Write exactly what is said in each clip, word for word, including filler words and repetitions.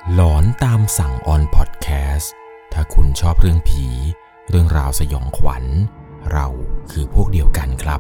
หลอนตามสั่งออนพอดแคสต์ถ้าคุณชอบเรื่องผีเรื่องราวสยองขวัญเราคือพวกเดียวกันครับ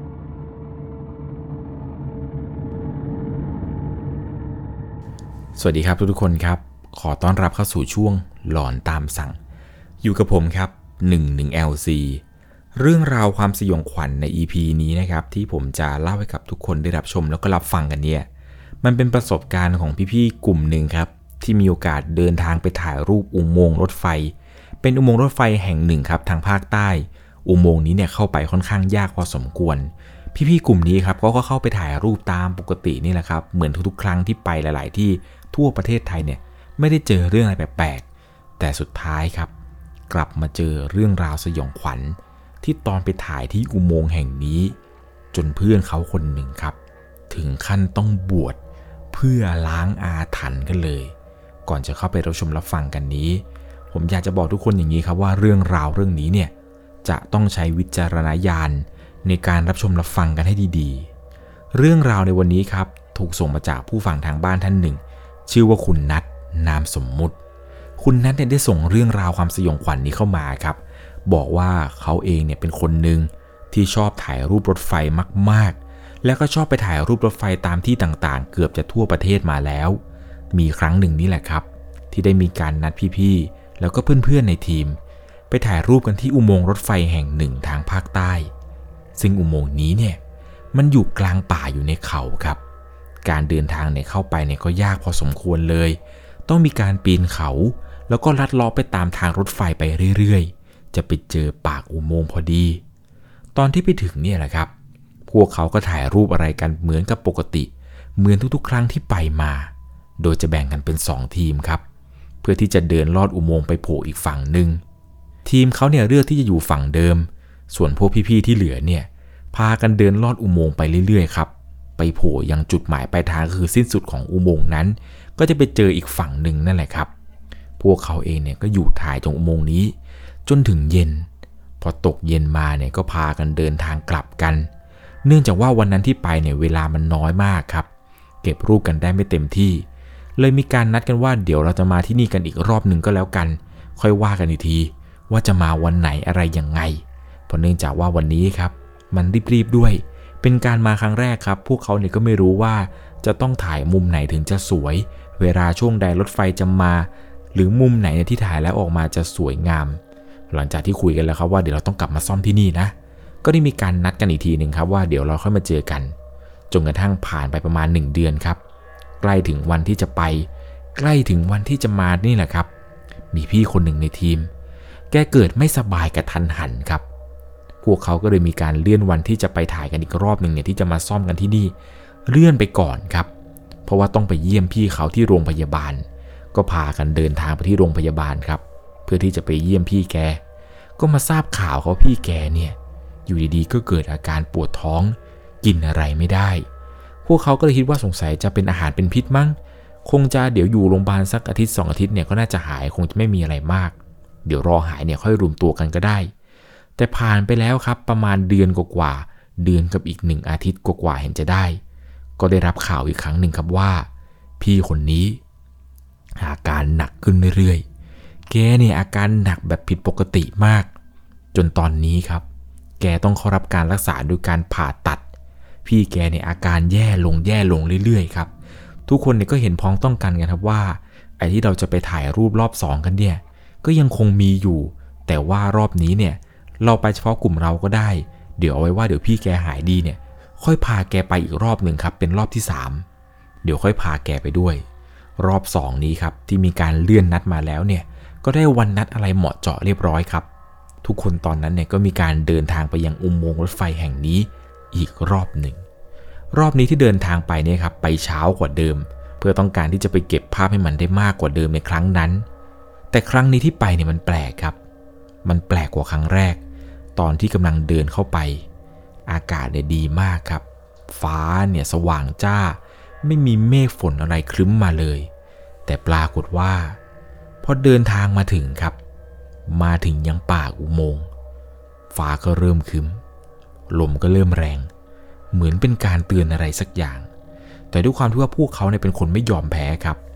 สวัสดีครับทุกๆคนครับขอต้อนรับเข้าสู่ช่วงหลอนตามสั่งอยู่กับผมครับหนึ่งหนึ่ง แอล ซี เรื่องราวความสยองขวัญใน อี พี นี้นะครับที่ผมจะเล่าให้กับทุกคนได้รับชมแล้วก็รับฟังกันเนี่ยมันเป็นประสบการณ์ของพี่ๆกลุ่มหนึ่งครับที่มีโอกาสเดินทางไปถ่ายรูปอุโมงค์รถไฟเป็นอุโมงค์รถไฟแห่งหนึ่งครับทางภาคใต้อุโมงค์นี้เนี่ยเข้าไปค่อนข้างยากพอสมควรพี่ๆกลุ่มนี้ครับก็เข้าไปถ่ายรูปตามปกตินี่แหละครับเหมือนทุกๆครั้งที่ไปหลายๆที่ทั่วประเทศไทยเนี่ยไม่ได้เจอเรื่องอะไรแปลกๆแต่สุดท้ายครับกลับมาเจอเรื่องราวสยองขวัญที่ตอนไปถ่ายที่อุโมงค์แห่งนี้จนเพื่อนเขาคนหนึ่งครับถึงขั้นต้องบวชเพื่อล้างอาถรรพ์กันเลยก่อนจะเข้าไปรับชมรับฟังกันนี้ผมอยากจะบอกทุกคนอย่างนี้ครับว่าเรื่องราวเรื่องนี้เนี่ยจะต้องใช้วิจารณญาณในการรับชมรับฟังกันให้ดีๆเรื่องราวในวันนี้ครับถูกส่งมาจากผู้ฟังทางบ้านท่านหนึ่งชื่อว่าคุณนัทนามสมมุติคุณนัทเนี่ยได้ส่งเรื่องราวความสยองขวัญ น, นี้เข้ามาครับบอกว่าเขาเองเนี่ยเป็นคนหนึ่งที่ชอบถ่ายรูปรถไฟมากๆแล้วก็ชอบไปถ่ายรูปรถไฟตามที่ต่างๆเกือบจะทั่วประเทศมาแล้วมีครั้งหนึ่งนี่แหละครับที่ได้มีการนัดพี่ๆแล้วก็เพื่อนๆในทีมไปถ่ายรูปกันที่อุโมงค์รถไฟแห่งหนึ่งทางภาคใต้ซึ่งอุโมงค์นี้เนี่ยมันอยู่กลางป่าอยู่ในเขาครับการเดินทางเนี่ยเข้าไปเนี่ยก็ยากพอสมควรเลยต้องมีการปีนเขาแล้วก็ลัดเลาะไปตามทางรถไฟไปเรื่อยๆจะไปเจอปากอุโมงค์พอดีตอนที่ไปถึงเนี่ยแหละครับพวกเขาก็ถ่ายรูปอะไรกันเหมือนกับปกติเหมือนทุกๆครั้งที่ไปมาโดยจะแบ่งกันเป็นสองทีมครับเพื่อที่จะเดินลอดอุโมงค์ไปโผล่อีกฝั่งหนึ่งทีมเขาเนี่ยเลือกที่จะอยู่ฝั่งเดิมส่วนพวกพี่ๆที่เหลือเนี่ยพากันเดินลอดอุโมงค์ไปเรื่อยๆครับไปโผล่ยังจุดหมายปลายทางคือสิ้นสุดของอุโมงค์นั้นก็จะไปเจออีกฝั่งหนึ่งนั่นแหละครับพวกเขาเองเนี่ยก็อยู่ถ่ายตรงอุโมงค์นี้จนถึงเย็นพอตกเย็นมาเนี่ยก็พากันเดินทางกลับกันเนื่องจากว่าวันนั้นที่ไปเนี่ยเวลามันน้อยมากครับเก็บรูปกันได้ไม่เต็มที่เลยมีการนัดกันว่าเดี๋ยวเราจะมาที่นี่กันอีกรอบหนึ่งก็แล้วกันค่อยว่ากันอีกทีว่าจะมาวันไหนอะไรยังไงเพราะเนื่องจากว่าวันนี้ครับมันรีบๆด้วยเป็นการมาครั้งแรกครับพวกเขาเนี่ยก็ไม่รู้ว่าจะต้องถ่ายมุมไหนถึงจะสวยเวลาช่วงใดรถไฟจะมาหรือมุมไหนที่ถ่ายแล้วออกมาจะสวยงามหลังจากที่คุยกันแล้วครับว่าเดี๋ยวเราต้องกลับมาซ่อมที่นี่นะก็ได้มีการนัดกันอีกทีหนึ่งครับว่าเดี๋ยวเราค่อยมาเจอกันจนกระทั่งผ่านไปประมาณหนึ่งเดือนครับใกล้ถึงวันที่จะไปใกล้ถึงวันที่จะมานี่แหละครับมีพี่คนหนึ่งในทีมแกเกิดไม่สบายกระทันหันครับพวกเขาก็เลยมีการเลื่อนวันที่จะไปถ่ายกันอีกรอบหนึ่งเนี่ยที่จะมาซ่อมกันที่นี่เลื่อนไปก่อนครับเพราะว่าต้องไปเยี่ยมพี่เขาที่โรงพยาบาลก็พากันเดินทางไปที่โรงพยาบาลครับเพื่อที่จะไปเยี่ยมพี่แกก็มาทราบข่าวเขาพี่แกเนี่ยอยู่ดีๆก็เกิดอาการปวดท้องกินอะไรไม่ได้พวกเขาก็เลยคิดว่าสงสัยจะเป็นอาหารเป็นพิษมั้งคงจะเดี๋ยวอยู่โรงพยาบาลสักอาทิตย์สองอาทิตย์เนี่ยก็น่าจะหายคงจะไม่มีอะไรมากเดี๋ยวรอหายเนี่ยค่อยรวมตัวกันก็ได้แต่ผ่านไปแล้วครับประมาณเดือนกว่าๆเดือนกับอีกหนึ่งอาทิตย์กว่าๆเห็นจะได้ก็ได้รับข่าวอีกครั้งหนึ่งครับว่าพี่คนนี้อาการหนักขึ้นเรื่อยๆแกเนี่ยอาการหนักแบบผิดปกติมากจนตอนนี้ครับแกต้องเข้ารับการรักษาโดยการผ่าตัดพี่แกเนี่ยอาการแย่ลงแย่ลงเรื่อยๆครับทุกคนเนี่ยก็เห็นพ้องต้องกันกันครับว่าไอ้ที่เราจะไปถ่ายรูปรอบสองกันเนี่ยก็ยังคงมีอยู่แต่ว่ารอบนี้เนี่ยเราไปเฉพาะกลุ่มเราก็ได้เดี๋ยวเอาไว้ว่าเดี๋ยวพี่แกหายดีเนี่ยค่อยพาแกไปอีกรอบหนึ่งครับเป็นรอบที่สามเดี๋ยวค่อยพาแกไปด้วยรอบสองนี้ครับที่มีการเลื่อนนัดมาแล้วเนี่ยก็ได้วันนัดอะไรเหมาะเจาะเรียบร้อยครับทุกคนตอนนั้นเนี่ยก็มีการเดินทางไปยังอุโมงค์รถไฟแห่งนี้อีกรอบหนึ่งรอบนี้ที่เดินทางไปเนี่ยครับไปเช้ากว่าเดิมเพื่อต้องการที่จะไปเก็บภาพให้มันได้มากกว่าเดิมในครั้งนั้นแต่ครั้งนี้ที่ไปเนี่ยมันแปลกครับมันแปลกกว่าครั้งแรกตอนที่กำลังเดินเข้าไปอากาศเนี่ยดีมากครับฟ้าเนี่ยสว่างจ้าไม่มีเมฆฝนอะไรครึ้มมาเลยแต่ปรากฏว่าพอเดินทางมาถึงครับมาถึงยังปากอุโมงค์ฟ้าก็เริ่มครึ้มลมก็เริ่มแรงเหมือนเป็นการเตือนอะไรสักอย่างแต่ด้วยความที่ว่าพวกเขาเนี่ยเป็นคนไม่ยอมแพ้ครับ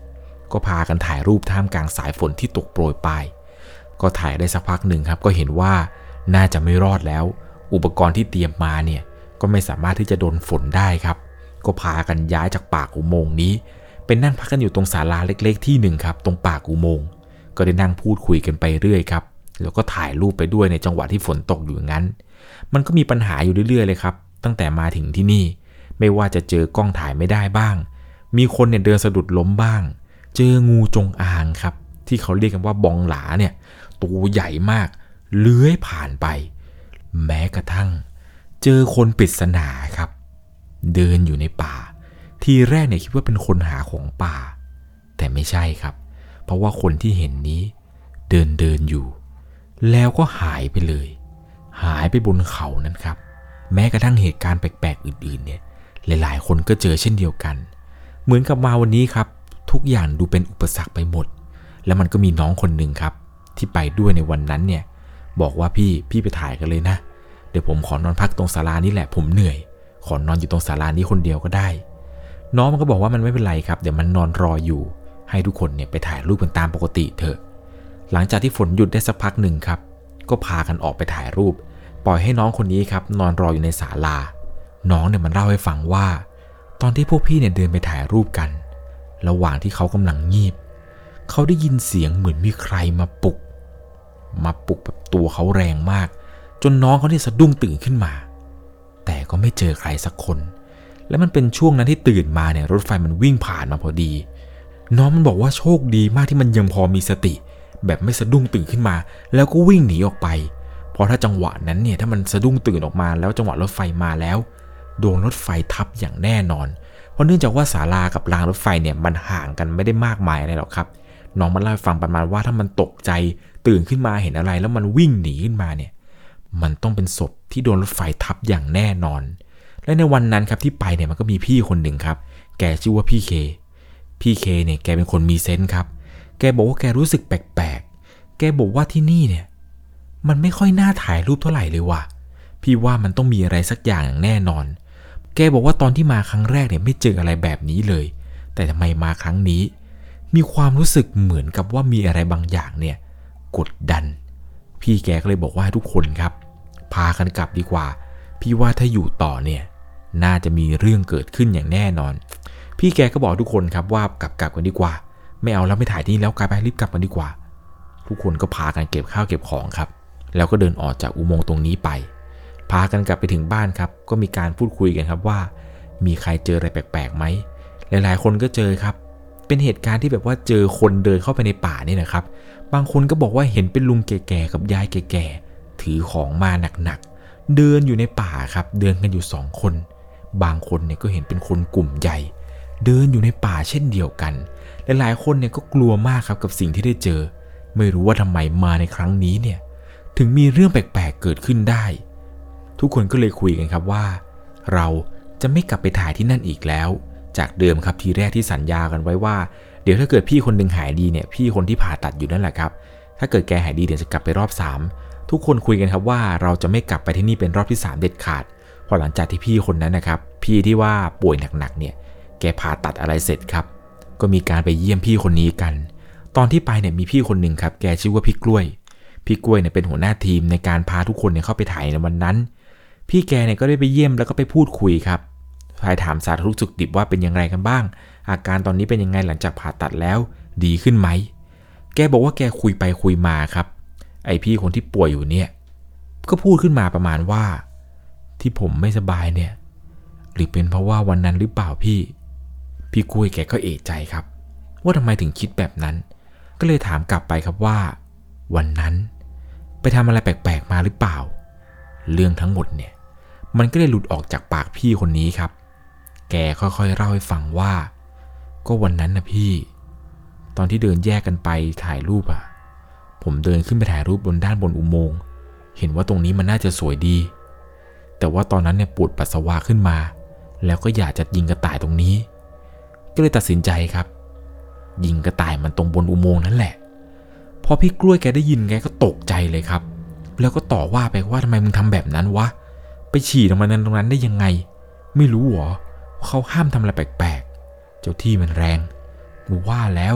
ก็พากันถ่ายรูปท่ามกลางสายฝนที่ตกโปรยปลายก็ถ่ายได้สักพักหนึ่งครับก็เห็นว่าน่าจะไม่รอดแล้วอุปกรณ์ที่เตรียมมาเนี่ยก็ไม่สามารถที่จะโดนฝนได้ครับก็พากันย้ายจากปากอุโมงค์นี้เป็นนั่งพักกันอยู่ตรงศาลาเล็กๆที่หนึ่งครับตรงปากอุโมงค์ก็ได้นั่งพูดคุยกันไปเรื่อยครับแล้วก็ถ่ายรูปไปด้วยในจังหวะที่ฝนตกอยู่งั้นมันก็มีปัญหาอยู่เรื่อยๆเลยครับตั้งแต่มาถึงที่นี่ไม่ว่าจะเจอกล้องถ่ายไม่ได้บ้างมีคนเนี่ยเดินสะดุดล้มบ้างเจองูจงอางครับที่เขาเรียกกันว่าบองหลาเนี่ยตัวใหญ่มากเลื้อยผ่านไปแม้กระทั่งเจอคนปริศนาครับเดินอยู่ในป่าทีแรกเนี่ยคิดว่าเป็นคนหาของป่าแต่ไม่ใช่ครับเพราะว่าคนที่เห็นนี้เดินเดินอยู่แล้วก็หายไปเลยหายไปบนเขานั้นครับแม้กระทั่งเหตุการณ์แปลกๆอื่นๆเนี่ยหลายๆคนก็เจอเช่นเดียวกันเหมือนกับมาวันนี้ครับทุกอย่างดูเป็นอุปสรรคไปหมดแล้วมันก็มีน้องคนหนึ่งครับที่ไปด้วยในวันนั้นเนี่ยบอกว่าพี่พี่ไปถ่ายกันเลยนะเดี๋ยวผมขอนอนพักตรงศาลานี้แหละผมเหนื่อยขอนอนอยู่ตรงศาลานี้คนเดียวก็ได้น้องมันก็บอกว่ามันไม่เป็นไรครับเดี๋ยวมันนอนรออยู่ให้ทุกคนเนี่ยไปถ่ายรูปกันตามปกติเถอะหลังจากที่ฝนหยุดได้สักพักหนึ่งครับก็พากันออกไปถ่ายรูปปล่อยให้น้องคนนี้ครับนอนรออยู่ในศาลาน้องเนี่ยมันเล่าให้ฟังว่าตอนที่พวกพี่เนี่ยเดินไปถ่ายรูปกันระหว่างที่เขากำลังงีบเขาได้ยินเสียงเหมือนมีใครมาปลุกมาปลุกแบบตัวเขาแรงมากจนน้องเขาเนี่ยสะดุ้งตื่นขึ้นมาแต่ก็ไม่เจอใครสักคนและมันเป็นช่วงนั้นที่ตื่นมาเนี่ยรถไฟมันวิ่งผ่านมาพอดีน้องมันบอกว่าโชคดีมากที่มันยังพอมีสติแบบไม่สะดุ้งตื่นขึ้นมาแล้วก็วิ่งหนีออกไปเพราะถ้าจังหวะนั้นเนี่ยถ้ามันสะดุ้งตื่นออกมาแล้วจังหวะรถไฟมาแล้วโดนรถไฟทับอย่างแน่นอนเพราะเนื่องจากว่าศาลากับรางรถไฟเนี่ยมันห่างกันไม่ได้มากมายอะไรหรอกครับน้องมันเล่าให้ฟังประมาณว่าถ้ามันตกใจตื่นขึ้นมาเห็นอะไรแล้วมันวิ่งหนีขึ้นมาเนี่ยมันต้องเป็นศพที่โดนรถไฟทับอย่างแน่นอนและในวันนั้นครับที่ไปเนี่ยมันก็มีพี่คนหนึ่งครับแกชื่อว่าพี่เคพี่เคเนี่ยแกเป็นคนมีเซนส์ครับแกบอกว่าแกรู้สึกแปลกๆแกบอกว่าที่นี่เนี่ยมันไม่ค่อยน่าถ่ายรูปเท่าไหร่เลยว่ะพี่ว่ามันต้องมีอะไรสักอย่างอย่างแน่นอนแกบอกว่าตอนที่มาครั้งแรกเนี่ยไม่เจออะไรแบบนี้เลยแต่ทำไมมาครั้งนี้มีความรู้สึกเหมือนกับว่ามีอะไรบางอย่างเนี่ยกดดันพี่แกก็เลยบอกว่าให้ทุกคนครับพากันกลับดีกว่าพี่ว่าถ้าอยู่ต่อเนี่ยน่าจะมีเรื่องเกิดขึ้นอย่างแน่นอนพี่แกก็บอกทุกคนครับว่ากลับกลับกันดีกว่าไม่เอาแล้วไม่ถ่ายที่นี่แล้วกลับไปรีบกลับกันดีกว่าทุกคนก็พากันเก็บข้าวเก็บของครับแล้วก็เดินออกจากอุโมงค์ตรงนี้ไปพากันกลับไปถึงบ้านครับก็มีการพูดคุยกันครับว่ามีใครเจออะไรแปลกๆไหมหลายๆคนก็เจอครับเป็นเหตุการณ์ที่แบบว่าเจอคนเดินเข้าไปในป่านี่นะครับบางคนก็บอกว่าเห็นเป็นลุงแก่ๆกับยายแก่ๆถือของมาหนักๆเดินอยู่ในป่าครับเดินกันอยู่สองคนบางคนเนี่ยก็เห็นเป็นคนกลุ่มใหญ่เดินอยู่ในป่าเช่นเดียวกันหลายๆคนเนี่ยก็กลัวมากครับกับสิ่งที่ได้เจอไม่รู้ว่าทำไมมาในครั้งนี้เนี่ยถึงมีเรื่องแปลกๆเกิดขึ้นได้ทุกคนก็เลยคุยกันครับว่าเราจะไม่กลับไปถ่ายที่นั่นอีกแล้วจากเดิมครับทีแรกที่สัญญากันไว้ว่าเดี๋ยวถ้าเกิดพี่คนหนึ่งหายดีเนี่ยพี่คนที่ผ่าตัดอยู่นั่นแหละครับถ้าเกิดแกหายดีเดี๋ยวจะกลับไปรอบสามทุกคนคุยกันครับว่าเราจะไม่กลับไปที่นี่เป็นรอบที่สามเด็ดขาดพอหลังจากที่พี่คนนั้นนะครับพี่ที่ว่าป่วยหนักๆเนี่ยแกผ่าตัดอะไรเสร็จครับก็มีการไปเยี่ยมพี่คนนี้กันตอนที่ไปเนี่ยมีพี่คนหนึ่งครับแกชื่อว่าพี่กล้วยพี่กล้วยเนี่ยเป็นหัวหน้าทีมในการพาทุกคนเนี่ยเข้าไปถ่ายในวันนั้นพี่แกเนี่ยก็ได้ไปเยี่ยมแล้วก็ไปพูดคุยครับทายถามสารทุกข์สุขดิบว่าเป็นยังไงกันบ้างอาการตอนนี้เป็นยังไงหลังจากผ่าตัดแล้วดีขึ้นไหมแกบอกว่าแกคุยไปคุยมาครับไอพี่คนที่ป่วยอยู่เนี่ยก็พูดขึ้นมาประมาณว่าที่ผมไม่สบายเนี่ยหรือเป็นเพราะว่าวันนั้นหรือเปล่าพี่พี่กล้วยแกก็เอะใจครับว่าทำไมถึงคิดแบบนั้นก็เลยถามกลับไปครับว่าวันนั้นไปทำอะไรแปลกๆมาหรือเปล่าเรื่องทั้งหมดเนี่ยมันก็เลยหลุดออกจากปากพี่คนนี้ครับแกค่อยๆเล่าให้ฟังว่าก็วันนั้นนะพี่ตอนที่เดินแยกกันไปถ่ายรูปอ่ะผมเดินขึ้นไปถ่ายรูปบนด้านบนอุโมงค์เห็นว่าตรงนี้มันน่าจะสวยดีแต่ว่าตอนนั้นเนี่ยปวดปัสสาวะขึ้นมาแล้วก็อยากจะยิงกระต่ายตรงนี้ก็เลยตัดสินใจครับยิงกระต่ายมันตรงบนอุโมงค์นั่นแหละพอพี่กล้วยแกได้ยินแกก็ตกใจเลยครับแล้วก็ต่อว่าไปว่าทำไมมึงทำแบบนั้นวะไปฉี่ตรงนั้นตรงนั้นได้ยังไงไม่รู้หรอว่าเขาห้ามทำอะไรแปลกๆเจ้าที่มันแรงกูว่าแล้ว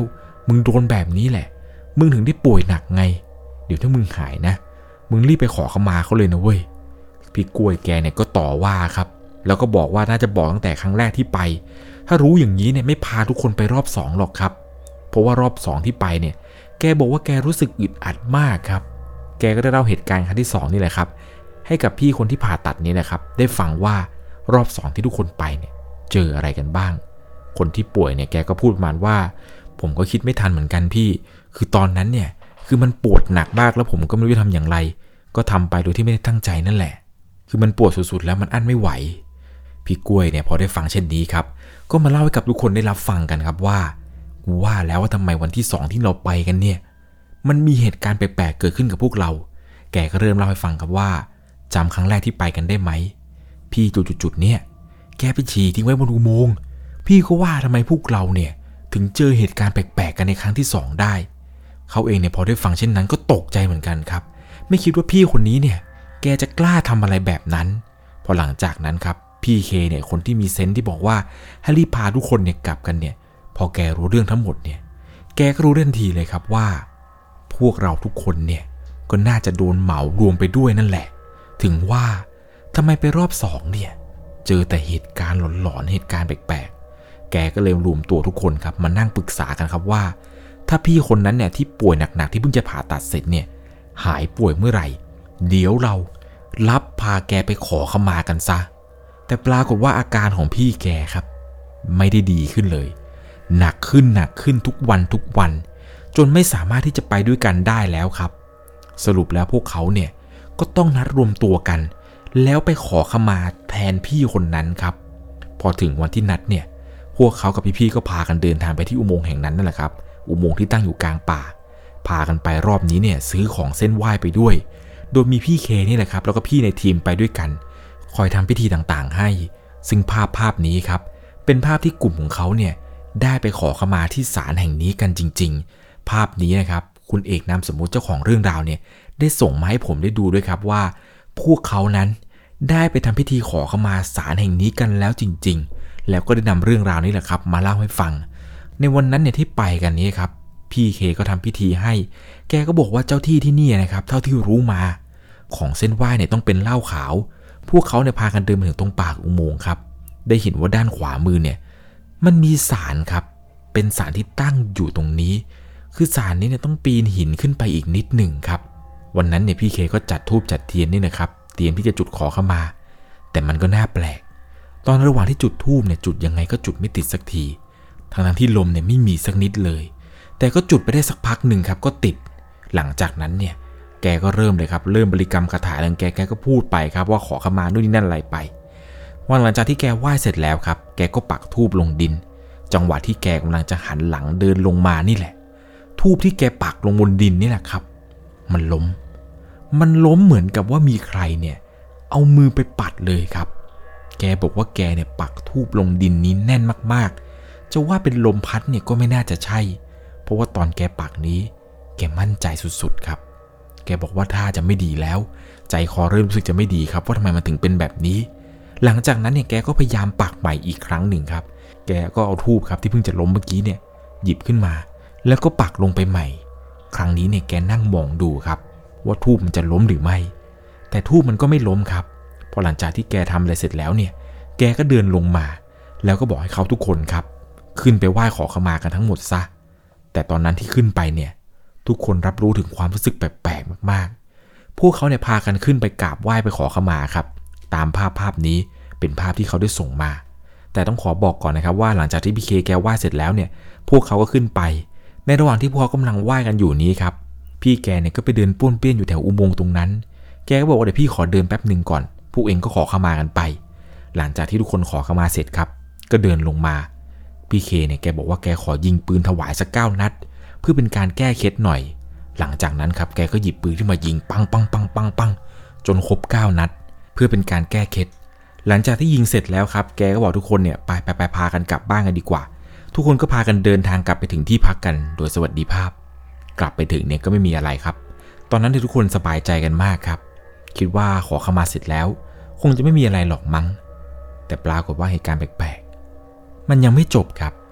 มึงโดนแบบนี้แหละมึงถึงได้ป่วยหนักไงเดี๋ยวถ้ามึงหายนะมึงรีบไปขอขมาเขาเลยนะเว้ยพี่กล้วยแกเนี่ยก็ต่อว่าครับแล้วก็บอกว่าน่าจะบอกตั้งแต่ครั้งแรกที่ไปถ้ารู้อย่างนี้เนี่ยไม่พาทุกคนไปรอบสองหรอกครับเพราะว่ารอบสองที่ไปเนี่ยแกบอกว่าแกรู้สึกอึดอัดมากครับแกก็ได้เล่าเหตุการณ์ครั้งที่สองนี่แหละครับให้กับพี่คนที่ผ่าตัดนี้นะครับได้ฟังว่ารอบสองที่ทุกคนไปเนี่ยเจออะไรกันบ้างคนที่ป่วยเนี่ยแกก็พูดประมาณว่าผมก็คิดไม่ทันเหมือนกันพี่คือตอนนั้นเนี่ยคือมันปวดหนักมากแล้วผมก็ไม่รู้จะทำอย่างไรก็ทำไปโดยที่ไม่ได้ตั้งใจนั่นแหละคือมันปวดสุดๆแล้วมันอั้นไม่ไหวพี่กล้วยเนี่ยพอได้ฟังเช่นนี้ครับก็มาเล่าให้กับทุกคนได้รับฟังกันครับว่ากูว่าแล้วว่าทำไมวันที่สองที่เราไปกันเนี่ยมันมีเหตุการณ์แปลกๆเกิดขึ้นกับพวกเราแกก็เริ่มเล่าให้ฟังครับว่าจำครั้งแรกที่ไปกันได้ไหมพี่จุดๆเนี่ยแกไปฉี่ทิ้งไว้บนอุโมงค์พี่ก็ว่าทำไมพวกเราเนี่ยถึงเจอเหตุการณ์แปลกๆกันในครั้งที่สองได้เขาเองเนี่ยพอได้ฟังเช่นนั้นก็ตกใจเหมือนกันครับไม่คิดว่าพี่คนนี้เนี่ยแกจะกล้าทำอะไรแบบนั้นพอหลังจากนั้นครับพี่เคเนี่ยคนที่มีเซนส์ที่บอกว่าให้รีบพาทุกคนเนี่ยกลับกันเนี่ยพอแกรู้เรื่องทั้งหมดเนี่ยแกก็รู้ทันทีเลยครับว่าพวกเราทุกคนเนี่ยก็น่าจะโดนเหมารวมไปด้วยนั่นแหละถึงว่าทำไมไปรอบสองเนี่ยเจอแต่เหตุการณ์หลอนๆเหตุการณ์แปลกๆแกก็เลยรวมตัวทุกคนครับมานั่งปรึกษากันครับว่าถ้าพี่คนนั้นเนี่ยที่ป่วยหนักๆที่เพิ่งจะผ่าตัดเสร็จเนี่ยหายป่วยเมื่อไหร่เดี๋ยวเรารับพาแกไปขอขมากันซะแต่ปรากฏว่าอาการของพี่แกครับไม่ได้ดีขึ้นเลยหนักขึ้นหนักขึ้นทุกวันทุกวันจนไม่สามารถที่จะไปด้วยกันได้แล้วครับสรุปแล้วพวกเขาเนี่ยก็ต้องนัดรวมตัวกันแล้วไปขอขมาแทนพี่คนนั้นครับพอถึงวันที่นัดเนี่ยพวกเขากับพี่ๆก็พากันเดินทางไปที่อุโมงค์แห่งนั้นนั่นแหละครับอุโมงค์ที่ตั้งอยู่กลางป่าพากันไปรอบนี้เนี่ยซื้อของเส้นไหว้ไปด้วยโดยมีพี่เคนี่แหละครับแล้วก็พี่ในทีมไปด้วยกันคอยทำพิธีต่างๆให้ซึ่งภาพภาพนี้ครับเป็นภาพที่กลุ่มของเขาเนี่ยได้ไปขอขมาที่ศาลแห่งนี้กันจริงๆภาพนี้นะครับคุณเอกนามสมมุติเจ้าของเรื่องราวเนี่ยได้ส่งมาให้ผมได้ดูด้วยครับว่าพวกเขานั้นได้ไปทำพิธีขอขมาศาลแห่งนี้กันแล้วจริงๆแล้วก็ได้นำเรื่องราวนี้แหละครับมาเล่าให้ฟังในวันนั้นเนี่ยที่ไปกันนี้ครับพี่เคก็ทำพิธีให้แกก็บอกว่าเจ้าที่ที่นี่นะครับเท่าที่รู้มาของเส้นไหว้เนี่ยต้องเป็นเหล้าขาวพวกเขาเนี่ยพากันเดินมาถึงตรงปากอุโมงค์ครับได้เห็นว่าด้านขวามือเนี่ยมันมีศาลครับเป็นศาลที่ตั้งอยู่ตรงนี้คือศาลนี้เนี่ยต้องปีนหินขึ้นไปอีกนิดหนึ่งครับวันนั้นเนี่ยพี่เคก็จัดธูปจัดเทียนนี่นะครับเตรียมที่จะจุดขอขมาแต่มันก็น่าแปลกตอนระหว่างที่จุดธูปเนี่ยจุดยังไงก็จุดไม่ติดสักทีทั้งๆที่ลมเนี่ยไม่มีสักนิดเลยแต่ก็จุดไปได้สักพักหนึ่งครับก็ติดหลังจากนั้นเนี่ยแกก็เริ่มเลยครับเริ่มบริกรรมคาถาแล้วแกแกก็พูดไปครับว่าขอขมานู่นนี่นั่นอะไรไปวันหลังจากที่แกไหว้เสร็จแล้วครับแกก็ปักธูปลงดินจังหวะที่แกกำลังจะหันหลังเดินลงมานี่แหละธูปที่แกปักลงบนดินนี่แหละครับมันล้มมันล้มเหมือนกับว่ามีใครเนี่ยเอามือไปปัดเลยครับแกบอกว่าแกเนี่ยปักธูปลงดินนี้แน่นมากๆจะว่าเป็นลมพัดเนี่ยก็ไม่น่าจะใช่เพราะว่าตอนแกปักนี้แกมั่นใจสุดๆครับแกบอกว่าถ้าจะไม่ดีแล้วใจคอเริ่มรู้สึกจะไม่ดีครับว่าทำไมมันถึงเป็นแบบนี้หลังจากนั้นเนี่ยแกก็พยายามปักใหม่อีกครั้งหนึ่งครับแกก็เอาธูปครับที่เพิ่งจะล้มเมื่อกี้เนี่ยหยิบขึ้นมาแล้วก็ปักลงไปใหม่ครั้งนี้เนี่ยแกนั่งมองดูครับว่าธูปมันจะล้มหรือไม่แต่ธูปมันก็ไม่ล้มครับพอหลังจากที่แกทำอะไรเสร็จแล้วเนี่ยแกก็เดินลงมาแล้วก็บอกให้เขาทุกคนครับขึ้นไปไหว้ขอขมากันทั้งหมดซะแต่ตอนนั้นที่ขึ้นไปเนี่ยทุกคนรับรู้ถึงความรู้สึกแปลกๆมากๆพวกเขาเนี่ยพากันขึ้นไปกราบไหว้ไปขอขมาครับตามภาพภาพนี้เป็นภาพที่เขาได้ส่งมาแต่ต้องขอบอกก่อนนะครับว่าหลังจากที่พี่เคแกไหว้เสร็จแล้วเนี่ยพวกเขาก็ขึ้นไปในระหว่างที่พวกเขากำลังไหว้กันอยู่นี้ครับพี่แกเนี่ยก็ไปเดินป้วนเปี้ยนอยู่แถวอุโมงค์ตรงนั้นแกก็บอกว่าเดี๋ยวพี่ขอเดินแป๊บหนึ่งก่อนพวกเองก็ขอขมากันไปหลังจากที่ทุกคนขอขมาเสร็จครับก็เดินลงมาพี่เคเนี่ยแกบอกว่าแกขอยิงปืนถวายสักเก้านัดเพื่อเป็นการแก้เคล็ดหน่อยหลังจากนั้นครับแกก็หยิบปืนขึ้นมายิงปังปังปังปังปังจนครบเก้านัดเพื่อเป็นการแก้เคล็ดหลังจากที่ยิงเสร็จแล้วครับแกก็บอกทุกคนเนี่ยไปไปไปพากันกลับบ้านกันดีกว่าทุกคนก็พากันเดินทางกลับไปถึงที่พักกันโดยสวัสดิภาพกลับไปถึงเนี่ยก็ไม่มีอะไรครับตอนนั้นทุกคนสบายใจกันมากครับคิดว่าขอขมาเสร็จแล้วคงจะไม่มีอะไรหรอกมั้งแต่ปรากฏว่าเหตุการณ์แปลกๆมันยังไม่จบครับ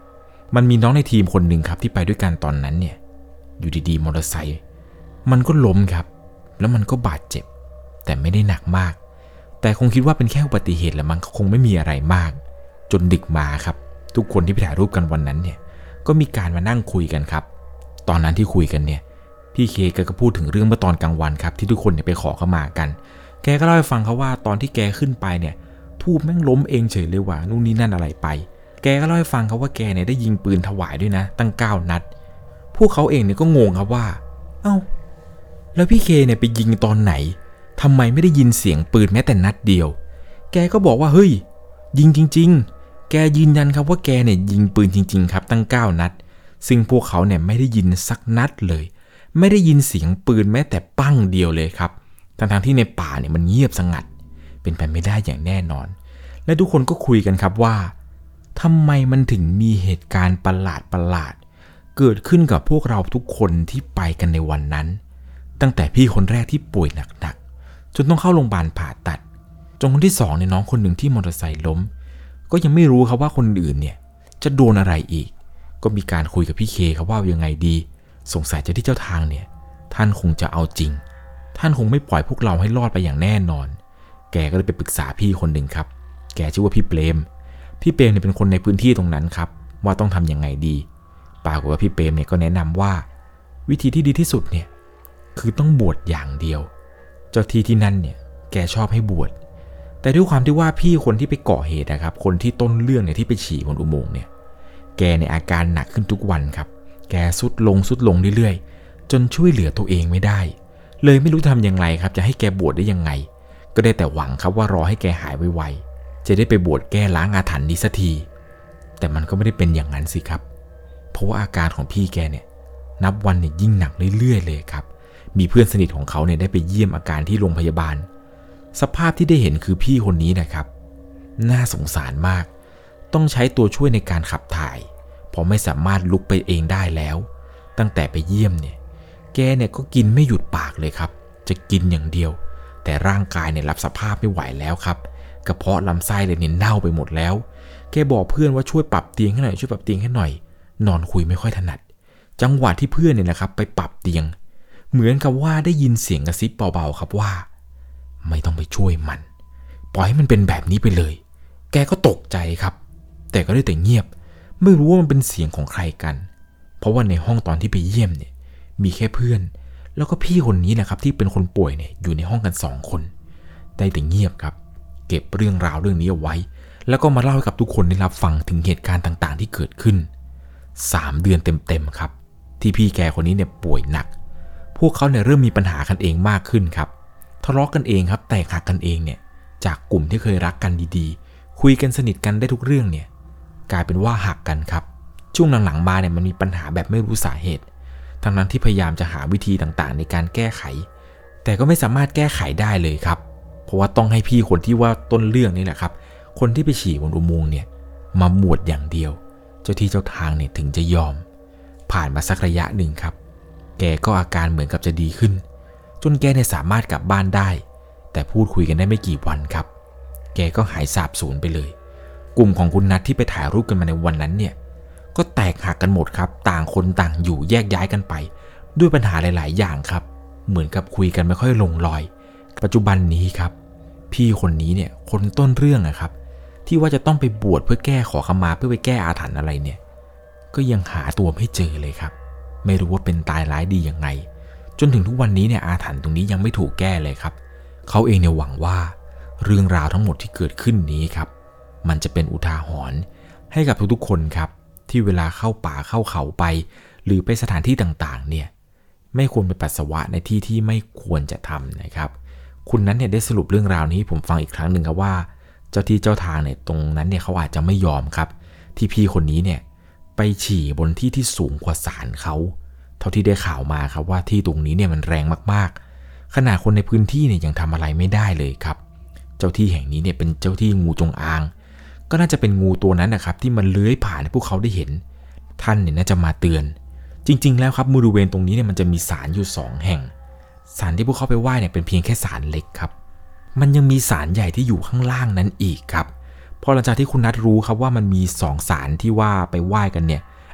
มันมีน้องในทีมคนหนึ่งครับที่ไปด้วยกันตอนนั้นเนี่ยอยู่ดีๆมอเตอร์ไซค์มันก็ล้มครับแล้วมันก็บาดเจ็บแต่ไม่ได้หนักมากแต่คงคิดว่าเป็นแค่อุบัติเหตุแหละมันคงไม่มีอะไรมากจนดึกมาครับทุกคนที่ไปถ่ายรูปกันวันนั้นเนี่ยก็มีการมานั่งคุยกันครับตอนนั้นที่คุยกันเนี่ยพี่เคก็พูดถึงเรื่องเมื่อตอนกลางวันครับที่ทุกคนเนี่ยไปขอเข้ามากันแกก็เล่าให้ฟังเขาว่าตอนที่แกขึ้นไปเนี่ยทูบแม่งล้มเองเฉยเลยว่ะนู่นนี่นั่นอะไรไปแกก็เล่าให้ฟังเขาว่าแกเนี่ยได้ยิงปืนถวายด้วยนะตั้งเก้านัดพวกเขาเองเนี่ยก็งงครับว่าเอ้าแล้วพี่เคเนี่ยไปยิงตอนไหนทำไมไม่ได้ยินเสียงปืนแม้แต่นัดเดียวแกก็บอกว่าเฮ้ยยิงจริงๆแกยืนยันครับว่าแกเนี่ยยิงปืนจริงๆครับตั้งเก้านัดซึ่งพวกเขาเนี่ยไม่ได้ยินสักนัดเลยไม่ได้ยินเสียงปืนแม้แต่ปั้งเดียวเลยครับทั้งๆที่ในป่าเนี่ยมันเงียบสงัดเป็นไปไม่ได้อย่างแน่นอนและทุกคนก็คุยกันครับว่าทำไมมันถึงมีเหตุการณ์ประหลาดประหลาดเกิดขึ้นกับพวกเราทุกคนที่ไปกันในวันนั้นตั้งแต่พี่คนแรกที่ป่วยหนักๆจนต้องเข้าโรงพยาบาลผ่าตัดจนคนที่สองเนี่ยน้องคนหนึ่งที่มอเตอร์ไซค์ล้มก็ยังไม่รู้ครับว่าคนอื่นเนี่ยจะโดนอะไรอีกก็มีการคุยกับพี่เคครับว่ายังไงดีสงสัยเจ้าที่เจ้าทางเนี่ยท่านคงจะเอาจริงท่านคงไม่ปล่อยพวกเราให้รอดไปอย่างแน่นอนแกก็เลยไปปรึกษาพี่คนหนึ่งครับแกชื่อว่าพี่เปรมพี่เปรมเนี่ยเป็นคนในพื้นที่ตรงนั้นครับว่าต้องทำยังไงดีปรากฏว่าพี่เปรมเนี่ยก็แนะนำว่าวิธีที่ดีที่สุดเนี่ยคือต้องบวชอย่างเดียวเจ้าที่ที่นั่นเนี่ยแกชอบให้บวชแต่ด้วยความที่ว่าพี่คนที่ไปก่อเหตุนะครับคนที่ต้นเรื่องเนี่ยที่ไปฉี่บนอุโมงค์เนี่ยแกในอาการหนักขึ้นทุกวันครับแกสุดลงสุดลงเรื่อยๆจนช่วยเหลือตัวเองไม่ได้เลยไม่รู้ทำอย่างไรครับจะให้แกบวชได้ยังไงก็ได้แต่หวังครับว่ารอให้แกหายไวๆจะได้ไปบวชแก้ล้างอาถรรพ์นี้สักทีแต่มันก็ไม่ได้เป็นอย่างนั้นสิครับเพราะว่าอาการของพี่แกเนี่ยนับวันเนี่ยยิ่งหนักเรื่อยๆเลยครับมีเพื่อนสนิทของเขาเนี่ยได้ไปเยี่ยมอาการที่โรงพยาบาลสภาพที่ได้เห็นคือพี่คนนี้นะครับน่าสงสารมากต้องใช้ตัวช่วยในการขับถ่ายเพราะไม่สามารถลุกไปเองได้แล้วตั้งแต่ไปเยี่ยมเนี่ยแกเนี่ยก็กินไม่หยุดปากเลยครับจะกินอย่างเดียวแต่ร่างกายเนี่ยรับสภาพไม่ไหวแล้วครับกระเพาะลำไส้เลยเนี่ยเน่าไปหมดแล้วแกบอกเพื่อนว่าช่วยปรับเตียงให้หน่อยช่วยปรับเตียงให้หน่อยนอนคุยไม่ค่อยถนัดจังหวะที่เพื่อนเนี่ยนะครับไปปรับเตียงเหมือนกับว่าได้ยินเสียงกระซิบเบาๆครับว่าไม่ต้องไปช่วยมันปล่อยให้มันเป็นแบบนี้ไปเลยแกก็ตกใจครับแต่ก็ได้แต่เงียบไม่รู้ว่ามันเป็นเสียงของใครกันเพราะว่าในห้องตอนที่ไปเยี่ยมเนี่ยมีแค่เพื่อนแล้วก็พี่คนนี้นะครับที่เป็นคนป่วยเนี่ยอยู่ในห้องกันสองคนได้แต่เงียบครับเก็บเรื่องราวเรื่องนี้เอาไว้แล้วก็มาเล่าให้กับทุกคนได้รับฟังถึงเหตุการณ์ต่างๆที่เกิดขึ้นสามเดือนเต็มๆครับที่พี่แกคนนี้เนี่ยป่วยหนักพวกเขาเนี่ยเริ่มมีปัญหากันเองมากขึ้นครับทะเลาะกันเองครับแตกหักกันเองเนี่ยจากกลุ่มที่เคยรักกันดีๆคุยกันสนิทกันได้ทุกเรื่องเนี่ยกลายเป็นว่าหักกันครับช่วงหลังๆมาเนี่ยมันมีปัญหาแบบไม่รู้สาเหตุทั้งนั้นที่พยายามจะหาวิธีต่างๆในการแก้ไขแต่ก็ไม่สามารถแก้ไขได้เลยครับเพราะว่าต้องให้พี่คนที่ว่าต้นเรื่องนี่แหละครับคนที่ไปฉี่บนอุโมงค์เนี่ยมาบวชอย่างเดียวเจ้าที่เจ้าทางเนี่ยถึงจะยอมผ่านมาสักระยะหนึ่งครับแกก็อาการเหมือนกับจะดีขึ้นจนแกเนี่ยสามารถกลับบ้านได้แต่พูดคุยกันได้ไม่กี่วันครับแกก็หายสาบสูญไปเลยกลุ่มของคุณนัทที่ไปถ่ายรูปกันมาในวันนั้นเนี่ยก็แตกหักกันหมดครับต่างคนต่างอยู่แยกย้ายกันไปด้วยปัญหาหลายๆอย่างครับเหมือนกับคุยกันไม่ค่อยลงรอยปัจจุบันนี้ครับพี่คนนี้เนี่ยคนต้นเรื่องอะครับที่ว่าจะต้องไปบวชเพื่อแก้ขอขมาเพื่อไปแก้อาถรรพ์อะไรเนี่ยก็ยังหาตัวไม่เจอเลยครับไม่รู้ว่าเป็นตายร้ายดียังไงจนถึงทุกวันนี้เนี่ยอาถรรพ์ตรงนี้ยังไม่ถูกแก้เลยครับเขาเองเนี่ยหวังว่าเรื่องราวทั้งหมดที่เกิดขึ้นนี้ครับมันจะเป็นอุทาหรณ์ให้กับทุกๆคนครับที่เวลาเข้าป่าเข้าเขาไปหรือไปสถานที่ต่างๆเนี่ยไม่ควรไปปัสสาวะในที่ที่ไม่ควรจะทำนะครับคุณนั้นเนี่ยได้สรุปเรื่องราวนี้ผมฟังอีกครั้งหนึ่งครับว่าเจ้าที่เจ้าทางเนี่ยตรงนั้นเนี่ยเขาอาจจะไม่ยอมครับที่พี่คนนี้เนี่ยไปฉี่บนที่ที่สูงกว่าศาลเขาเท่าที่ได้ข่าวมาครับว่าที่ตรงนี้เนี่ยมันแรงมากๆขนาดคนในพื้นที่เนี่ยยังทำอะไรไม่ได้เลยครับเจ้าที่แห่งนี้เนี่ยเป็นเจ้าที่งูจงอางก็น่าจะเป็นงูตัวนั้นนะครับที่มันเลื้อยผ่านให้พวกเขาได้เห็นท่านเนี่ยน่าจะมาเตือนจริงๆแล้วครับบริเวณตรงนี้เนี่ยมันจะมีศาลอยู่สองแห่งศาลที่พวกเขาไปไหว้เนี่ยเป็นเพียงแค่ศาลเล็กครับมันยังมีศาลใหญ่ที่อยู่ข้างล่างนั้นอีกครับพอหลังจากที่คุณนัทรู้ครับว่ามันมีสองศาลที่ว่าไปไหว้กันเนี่ย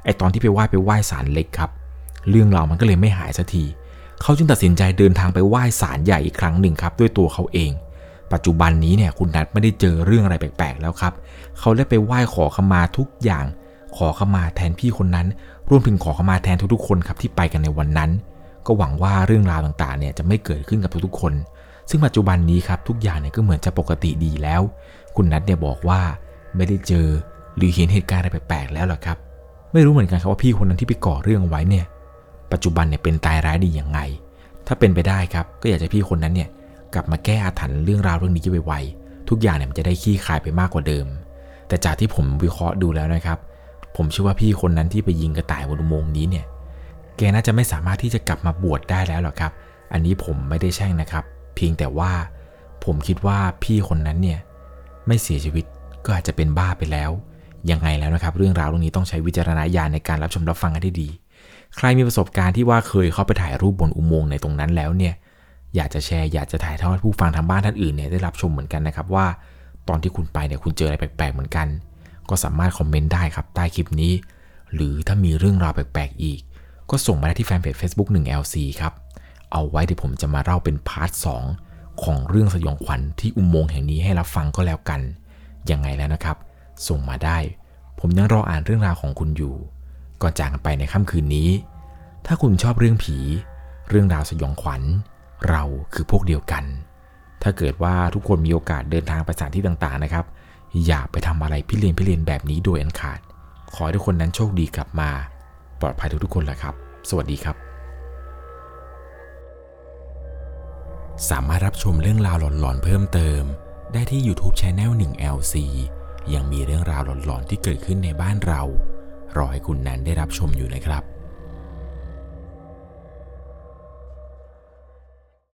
ไอตอนที่ไปไหว้ไปไหว้ศาลเล็กครับเรื่องราวมันก็เลยไม่หายสักทีเขาจึงตัดสินใจเดินทางไปไหว้ศาลใหญ่อีกครั้งหนึ่งครับด้วยตัวเขาเองปัจจุบันนี้เนี่ยคุณนัทไม่ได้เจอเรื่องอะไรแปลกๆแล้วครับเขาได้ไปไหว้ขอขมาทุกอย่างขอขมาแทนพี่คนนั้นรวมถึงขอขมาแทนทุกๆคนครับที่ไปกันในวันนั้นก็หวังว่าเรื่องราวต่างๆเนี่ยจะไม่เกิดขึ้นกับทุกๆคนซึ่งปัจจุบันนี้ครับทุกอย่างเนี่ยก็เหมือนจะปกติดีแล้วคุณนัทเนี่ยบอกว่าไม่ได้เจอหรือเห็นเหตุการณ์อะไรแปลกๆแล้วหรอครับไม่รู้เหมือนกันครับว่าพี่คนนั้นที่ไปก่อเรื่องไว้เนี่ยปัจจุบันเนี่ยเป็นตายร้ายดียังไงถ้าเป็นไปได้ครับก็อยากจะพี่คนนั้นเนี่ยกลับมาแก้อาถรรพ์เรื่องราวเรื่องนี้ไวๆทุกอย่างเนี่ยมันจะได้คลี่คลายไปมากกว่าเดิมแต่จากที่ผมวิเคราะห์ดูแล้วนะครับผมเชื่อว่าพี่คนนั้นที่ไปยิงกระต่ายบนอุโมงค์นี้เนี่ยแกน่าจะไม่สามารถที่จะกลับมาบวชได้แล้วหรอกครับอันนี้ผมไม่ได้แช่งนะครับเพียงแต่ว่าผมคิดว่าพี่คนนั้นเนี่ยไม่เสียชีวิตก็อาจจะเป็นบ้าไปแล้วยังไงแล้วนะครับเรื่องราวเรื่องนี้ต้องใช้วิจารณญาณในการรับชมรับฟังกันให้ดีใครมีประสบการณ์ที่ว่าเคยเข้าไปถ่ายรูปบนอุโมงค์ในตรงนั้นแล้วเนี่ยอยากจะแชร์อยากจะถ่ายทอดผู้ฟังทางบ้านท่านอื่นเนี่ยได้รับชมเหมือนกันนะครับว่าตอนที่คุณไปเนี่ยคุณเจออะไรแปลกๆเหมือนกันก็สามารถคอมเมนต์ได้ครับใต้คลิปนี้หรือถ้ามีเรื่องราวแปลกๆอีกก็ส่งมาได้ที่แฟนเพจ Facebook หนึ่ง แอล ซี ครับเอาไว้เดี๋ยวผมจะมาเล่าเป็นพาร์ทสองของเรื่องสยองขวัญที่อุโมงค์แห่งนี้ให้รับฟังก็แล้วกันยังไงแล้วนะครับส่งมาได้ผมยังรออ่านเรื่องราวของคุณอยู่ก่อนจากกันไปในค่ำคืนนี้ถ้าคุณชอบเรื่องผีเรื่องราวสยองขวัญเราคือพวกเดียวกันถ้าเกิดว่าทุกคนมีโอกาสเดินทางไปสถานที่ต่างๆนะครับอย่าไปทำอะไรพิเรนพิเรนแบบนี้โดยอันขาดขอให้ทุกคนนั้นโชคดีกลับมาปลอดภัยทุกๆคนแหละครับสวัสดีครับสามารถรับชมเรื่องราวหลอนๆเพิ่มเติมได้ที่ YouTube Channel หนึ่ง แอล ซี ยังมีเรื่องราวหลอนๆที่เกิดขึ้นในบ้านเรารอให้คุณนั้นได้รับชมอยู่นะครับ